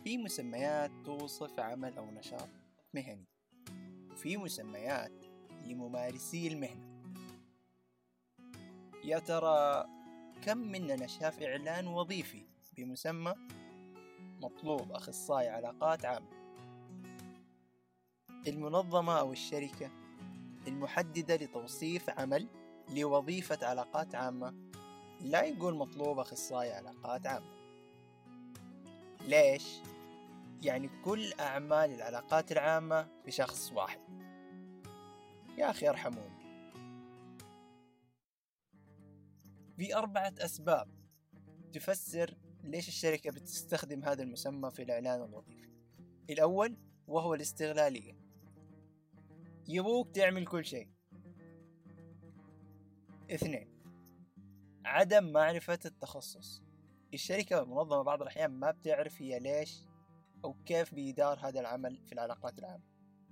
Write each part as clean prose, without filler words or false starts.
في مسميات توصف عمل أو نشاط مهني، وفي مسميات لممارسي المهنة. يا ترى كم مننا شاف إعلان وظيفي بمسمى مطلوب أخصائي علاقات عامة؟ المنظمة أو الشركة المحددة لتوصيف عمل لوظيفة علاقات عامة لا يقول مطلوب أخصائي علاقات عامة. ليش؟ يعني كل أعمال العلاقات العامة بشخص واحد. يا أخي ارحموني. في 4 أسباب تفسر ليش الشركة بتستخدم هذا المسمى في الإعلان الوظيفي. الأول وهو الاستغلالية، يبوك تعمل كل شيء. 2 عدم معرفة التخصص، الشركة والمنظمة بعض الأحيان ما بتعرف هي ليش أو كيف بيدار هذا العمل في العلاقات العامة.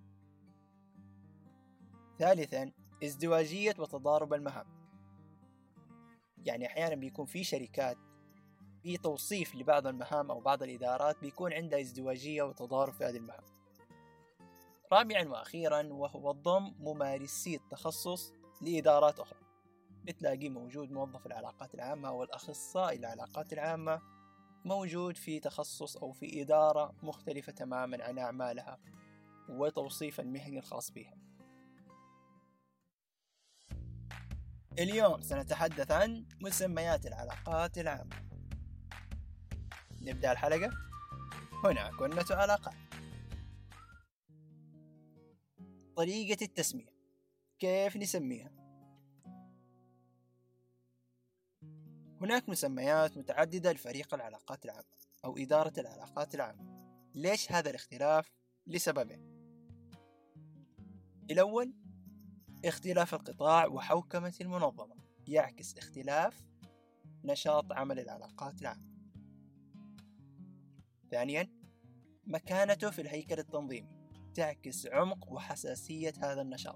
3 ازدواجية وتضارب المهام، يعني أحيانا بيكون في شركات في توصيف لبعض المهام أو بعض الإدارات بيكون عندها ازدواجية وتضارب في هذه المهام. 4 وأخيرا وهو ضم ممارسي التخصص لإدارات أخرى، بتلاقي موجود موظف العلاقات العامة أو الأخصائي العلاقات العامة موجود في تخصص أو في إدارة مختلفة تماما عن أعمالها وتوصيف المهني الخاص بها. اليوم سنتحدث عن مسميات العلاقات العامة. نبدأ الحلقة. هنا كنة علاقات. طريقة التسمية، كيف نسميها؟ هناك مسميات متعددة لفريق العلاقات العامة أو إدارة العلاقات العامة. ليش هذا الاختلاف؟ لسببين. الأول اختلاف القطاع وحوكمة المنظمة، يعكس اختلاف نشاط عمل العلاقات العامة. ثانيا مكانته في الهيكل التنظيمي، تعكس عمق وحساسية هذا النشاط.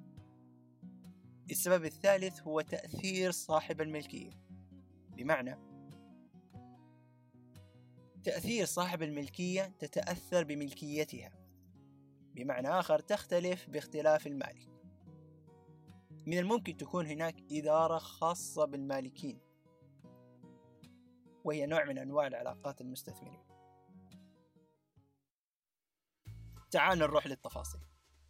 السبب الثالث هو تأثير صاحب الملكية، بمعنى تأثير صاحب الملكية تتأثر بملكيتها، بمعنى آخر تختلف باختلاف المالك. من الممكن تكون هناك إدارة خاصة بالمالكين، وهي نوع من أنواع العلاقات المستثمرين. تعال نروح للتفاصيل.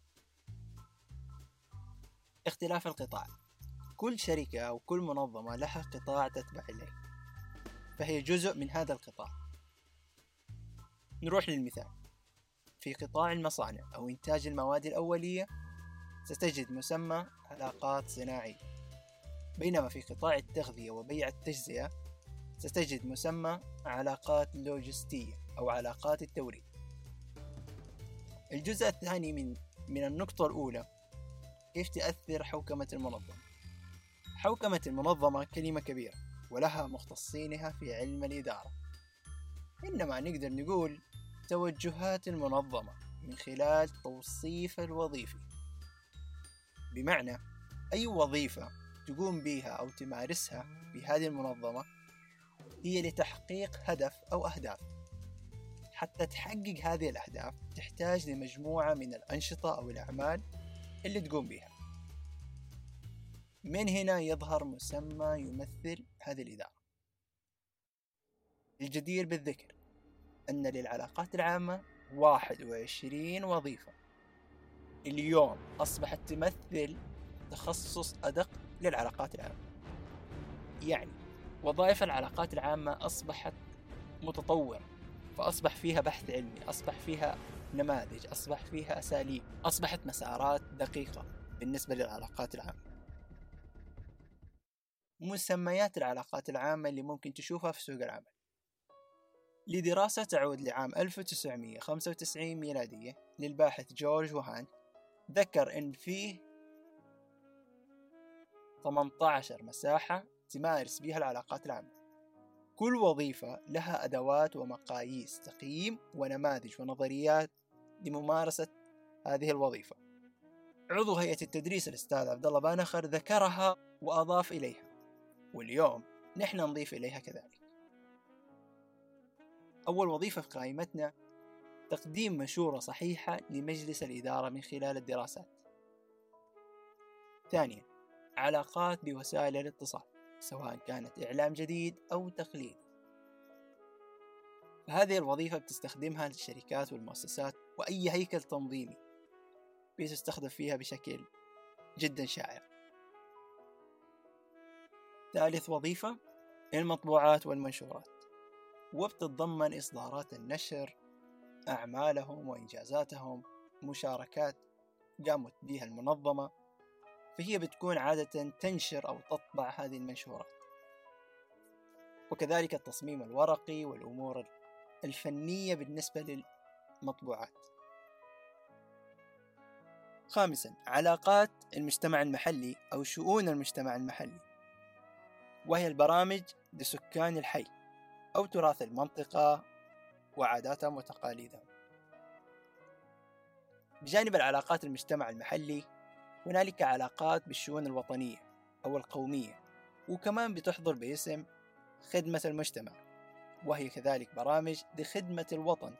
اختلاف القطاع، كل شركة أو كل منظمة لها قطاع تتبع إليه، فهي جزء من هذا القطاع. نروح للمثال. في قطاع المصانع أو إنتاج المواد الأولية ستجد مسمى علاقات صناعية، بينما في قطاع التغذية وبيع التجزئة ستجد مسمى علاقات لوجستية أو علاقات التوريد. الجزء الثاني من النقطة الأولى، كيف تأثر حوكمة المنظمة؟ حوكمة المنظمة كلمة كبيرة ولها مختصينها في علم الإدارة، إنما نقدر نقول توجهات المنظمة من خلال توصيف الوظيفي، بمعنى أي وظيفة تقوم بها أو تمارسها بهذه المنظمة هي لتحقيق هدف أو أهداف. حتى تحقق هذه الأهداف تحتاج لمجموعة من الأنشطة أو الأعمال اللي تقوم بها. من هنا يظهر مسمى يمثل هذه الإدارة. الجدير بالذكر أن للعلاقات العامة 21 وظيفة اليوم أصبحت تمثل تخصص أدق للعلاقات العامة. يعني وظائف العلاقات العامة أصبحت متطورة، فأصبح فيها بحث علمي، أصبح فيها نماذج، أصبح فيها أساليب، أصبحت مسارات دقيقة بالنسبة للعلاقات العامة. مسميات العلاقات العامة اللي ممكن تشوفها في سوق العمل. لدراسة تعود لعام 1995 ميلادية للباحث جورج وهان، ذكر إن فيه 18 مساحة تمارس بها العلاقات العامة. كل وظيفة لها أدوات ومقاييس تقييم ونماذج ونظريات لممارسة هذه الوظيفة. عضو هيئة التدريس الأستاذ عبد الله بانخر ذكرها وأضاف إليها، واليوم نحن نضيف إليها كذلك. أول وظيفة في قائمتنا تقديم مشورة صحيحة لمجلس الإدارة من خلال الدراسات. ثانيا، علاقات بوسائل الاتصال سواء كانت إعلام جديد أو تقليدي. فهذه الوظيفة بتستخدمها الشركات والمؤسسات وأي هيكل تنظيمي بتستخدم فيها بشكل جدا شائع. ثالث وظيفة المطبوعات والمنشورات، وبتتضمن إصدارات النشر، أعمالهم وإنجازاتهم، مشاركات قامت بها المنظمة، فهي بتكون عادة تنشر أو تطبع هذه المنشورات، وكذلك التصميم الورقي والأمور الفنية بالنسبة للمطبوعات. خامسا، علاقات المجتمع المحلي أو شؤون المجتمع المحلي، وهي البرامج لسكان الحي أو تراث المنطقة وعاداتهم وتقاليدهم. بجانب العلاقات المجتمع المحلي هنالك علاقات بالشؤون الوطنية أو القومية، وكمان بتحضر باسم خدمة المجتمع، وهي كذلك برامج لخدمة الوطن.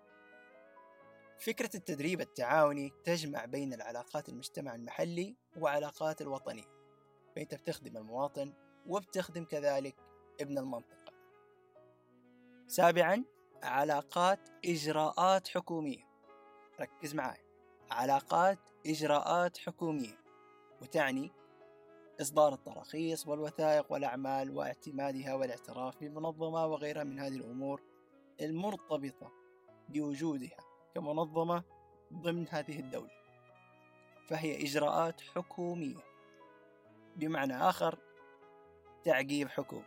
فكرة التدريب التعاوني تجمع بين العلاقات المجتمع المحلي وعلاقات الوطنية، فأنت بتخدم المواطن وبتخدم كذلك ابن المنطقة. سابعا، علاقات إجراءات حكومية. ركز معي، علاقات إجراءات حكومية، وتعني إصدار التراخيص والوثائق والأعمال واعتمادها والاعتراف بالمنظمة وغيرها من هذه الأمور المرتبطة بوجودها كمنظمة ضمن هذه الدولة، فهي إجراءات حكومية، بمعنى آخر تعقيب حكومي.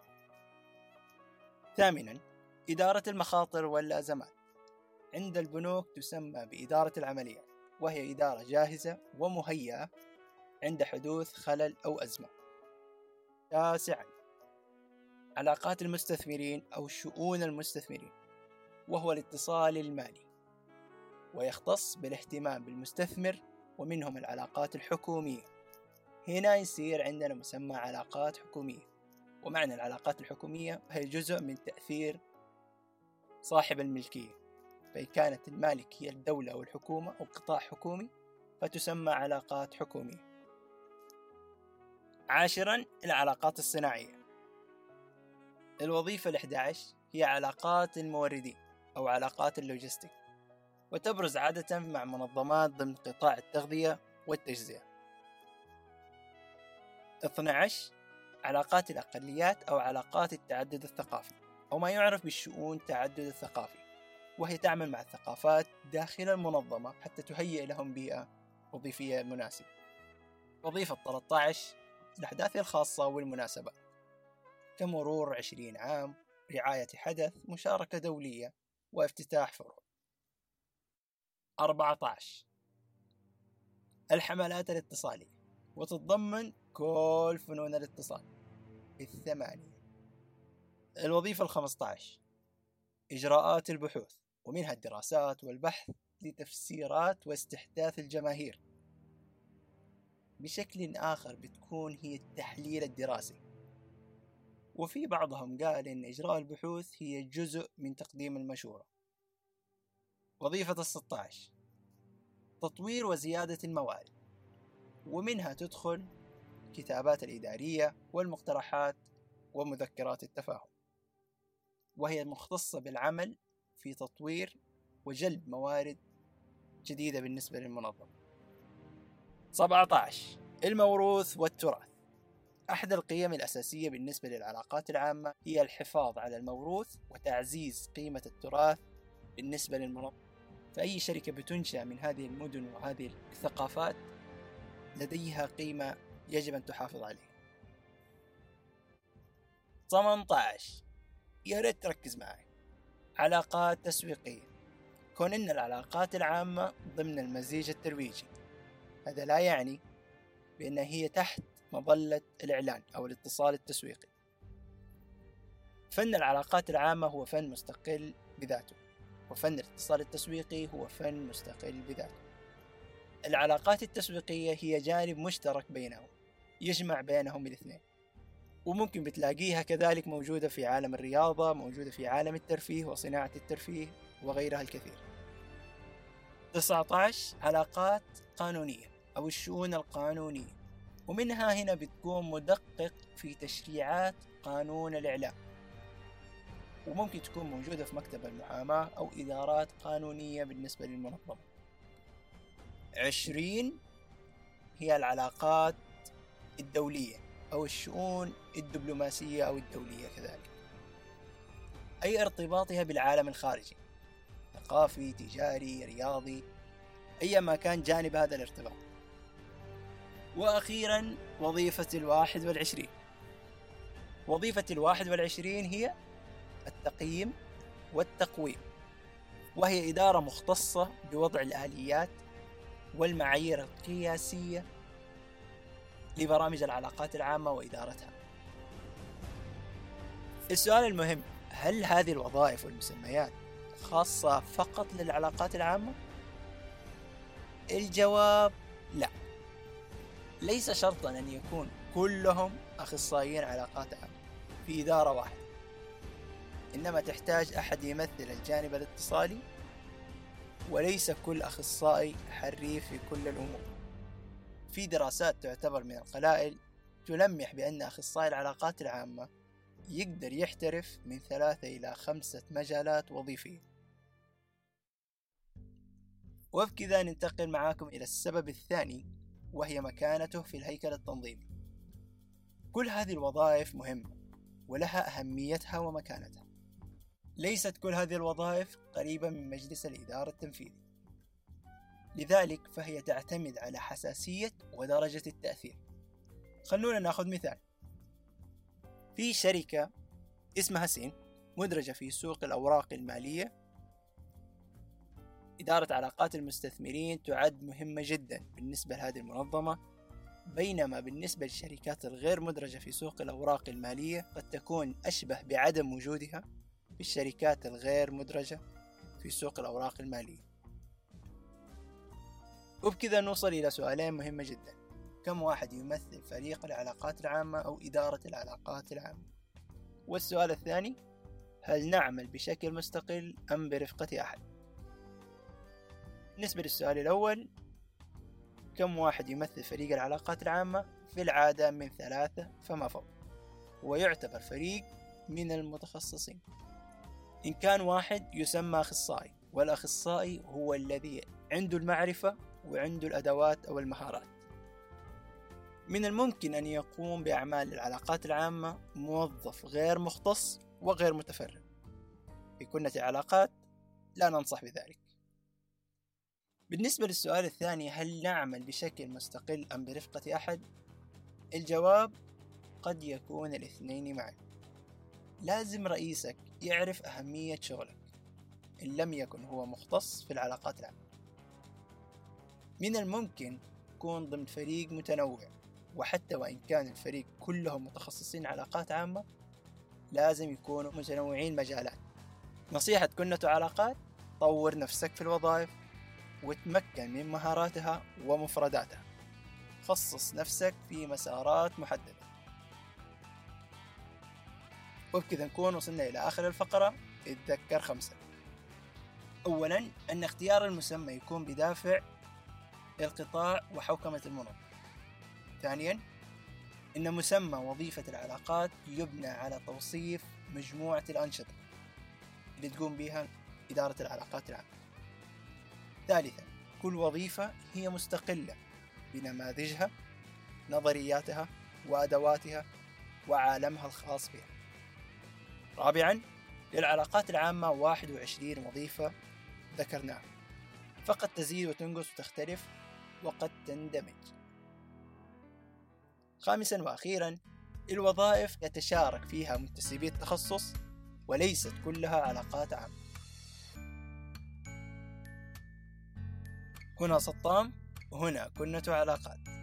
ثامنا، إدارة المخاطر والأزمات. عند البنوك تسمى بإدارة العمليات، وهي إدارة جاهزة ومهيئة عند حدوث خلل أو أزمة. تاسعا، علاقات المستثمرين أو شؤون المستثمرين، وهو الاتصال المالي، ويختص بالاهتمام بالمستثمر، ومنهم العلاقات الحكومية. هنا يصير عندنا مسمى علاقات حكومية، ومعنى العلاقات الحكومية هي جزء من تأثير صاحب الملكية، فإن كانت المالك هي الدولة أو الحكومة أو قطاع حكومي فتسمى علاقات حكومية. عاشرا، العلاقات الصناعية. الوظيفة 11 هي علاقات الموردين أو علاقات اللوجستيك، وتبرز عادة مع منظمات ضمن قطاع التغذية والتجزئة. 12 علاقات الأقليات أو علاقات التعدد الثقافي، أو ما يعرف بالشؤون التعدد الثقافي، وهي تعمل مع الثقافات داخل المنظمة حتى تهيئ لهم بيئة وظيفية مناسبة. وظيفة 13 الأحداث الخاصة والمناسبات، كمرور 20 عام، رعاية حدث، مشاركة دولية، وافتتاح فروع. 14 الحملات الاتصالية، وتتضمن كل فنون الاتصال 8. الوظيفة 15 إجراءات البحوث، ومنها الدراسات والبحث لتفسيرات واستحداث الجماهير. بشكل آخر بتكون هي التحليل الدراسي، وفي بعضهم قال إن إجراء البحوث هي جزء من تقديم المشورة. وظيفة 16 تطوير وزيادة الموارد، ومنها تدخل الكتابات الإدارية والمقترحات ومذكرات التفاهم، وهي مختصة بالعمل في تطوير وجلب موارد جديدة بالنسبة للمنظمة. 17 الموروث والتراث. أحد القيم الأساسية بالنسبة للعلاقات العامة هي الحفاظ على الموروث وتعزيز قيمة التراث بالنسبة للمنظمة، فأي شركة بتنشأ من هذه المدن وهذه الثقافات لديها قيمة يجب أن تحافظ عليها. 18 يا ريت تركز معي، علاقات تسويقية. كون إن العلاقات العامة ضمن المزيج الترويجي، هذا لا يعني بأن هي تحت مظلة الإعلان أو الاتصال التسويقي. فن العلاقات العامة هو فن مستقل بذاته، وفن الاتصال التسويقي هو فن مستقل بذاته. العلاقات التسويقية هي جانب مشترك بينهم يجمع بينهم الاثنين، وممكن بتلاقيها كذلك موجودة في عالم الرياضة، موجودة في عالم الترفيه وصناعة الترفيه وغيرها الكثير. 19 علاقات قانونية أو الشؤون القانونية، ومنها هنا بتكون مدقق في تشريعات قانون الإعلام، وممكن تكون موجودة في مكتب المحاماة أو إدارات قانونية بالنسبة للمنظمة. 20 هي العلاقات الدولية أو الشؤون الدبلوماسية أو الدولية كذلك، أي ارتباطها بالعالم الخارجي، ثقافي، تجاري، رياضي، أي ما كان جانب هذا الارتباط. وأخيرا وظيفة 21. وظيفة 21 هي التقييم والتقويم، وهي إدارة مختصة بوضع الآليات والمعايير القياسية لبرامج العلاقات العامة وإدارتها. السؤال المهم: هل هذه الوظائف والمسميات خاصة فقط للعلاقات العامة؟ الجواب لا، ليس شرطا أن يكون كلهم أخصائيين علاقات عامة في إدارة واحدة، إنما تحتاج أحد يمثل الجانب الاتصالي، وليس كل أخصائي حريف في كل الأمور. في دراسات تعتبر من القلائل تلمح بأن أخصائي العلاقات العامة يقدر يحترف من 3 إلى 5 مجالات وظيفية. وبكذا ننتقل معاكم إلى السبب الثاني، وهي مكانته في الهيكل التنظيمي. كل هذه الوظائف مهمة ولها أهميتها ومكانتها. ليست كل هذه الوظائف قريبة من مجلس الإدارة التنفيذي، لذلك فهي تعتمد على حساسية ودرجة التأثير. خلونا ناخذ مثال. في شركة اسمها سين مدرجة في سوق الأوراق المالية، إدارة علاقات المستثمرين تعد مهمة جدا بالنسبة لهذه المنظمة، بينما بالنسبة للشركات الغير مدرجة في سوق الأوراق المالية قد تكون أشبه بعدم وجودها في الشركات الغير مدرجة في سوق الأوراق المالية. وبكذا نوصل إلى سؤالين مهمة جدا: كم واحد يمثل فريق العلاقات العامة أو إدارة العلاقات العامة؟ والسؤال الثاني: هل نعمل بشكل مستقل أم برفقة أحد؟ بالنسبة للسؤال الأول، كم واحد يمثل فريق العلاقات العامة؟ في العادة من 3 فما فوق، ويعتبر فريق من المتخصصين. إن كان واحد يسمى أخصائي، والأخصائي هو الذي عنده المعرفة وعنده الأدوات أو المهارات. من الممكن أن يقوم بأعمال العلاقات العامة موظف غير مختص وغير متفرغ. في كنة العلاقات لا ننصح بذلك. بالنسبة للسؤال الثاني: هل نعمل بشكل مستقل أم برفقة أحد؟ الجواب: قد يكون الاثنين معا. لازم رئيسك يعرف أهمية شغلك إن لم يكن هو مختص في العلاقات العامة. من الممكن يكون ضمن فريق متنوع، وحتى وإن كان الفريق كلهم متخصصين علاقات عامة لازم يكونوا متنوعين مجالات. نصيحة كنة علاقات: طور نفسك في الوظائف وتمكن من مهاراتها ومفرداتها، خصص نفسك في مسارات محددة. وبكذا نكون وصلنا إلى آخر الفقرة. اتذكر 5. أولا، أن اختيار المسمى يكون بدافع القطاع وحوكمة المنظمة. ثانيا، أن مسمى وظيفة العلاقات يبنى على توصيف مجموعة الأنشطة اللي تقوم بها إدارة العلاقات العامة. ثالثا، كل وظيفة هي مستقلة بنماذجها، نظرياتها وأدواتها وعالمها الخاص بها. رابعا، للعلاقات العامة 21 وظيفة ذكرناها، فقد تزيد وتنقص وتختلف وقد تندمج. خامسا وأخيرا، الوظائف يتشارك فيها منتسبي التخصص وليست كلها علاقات عامة. هنا سطام وهنا كنة علاقات.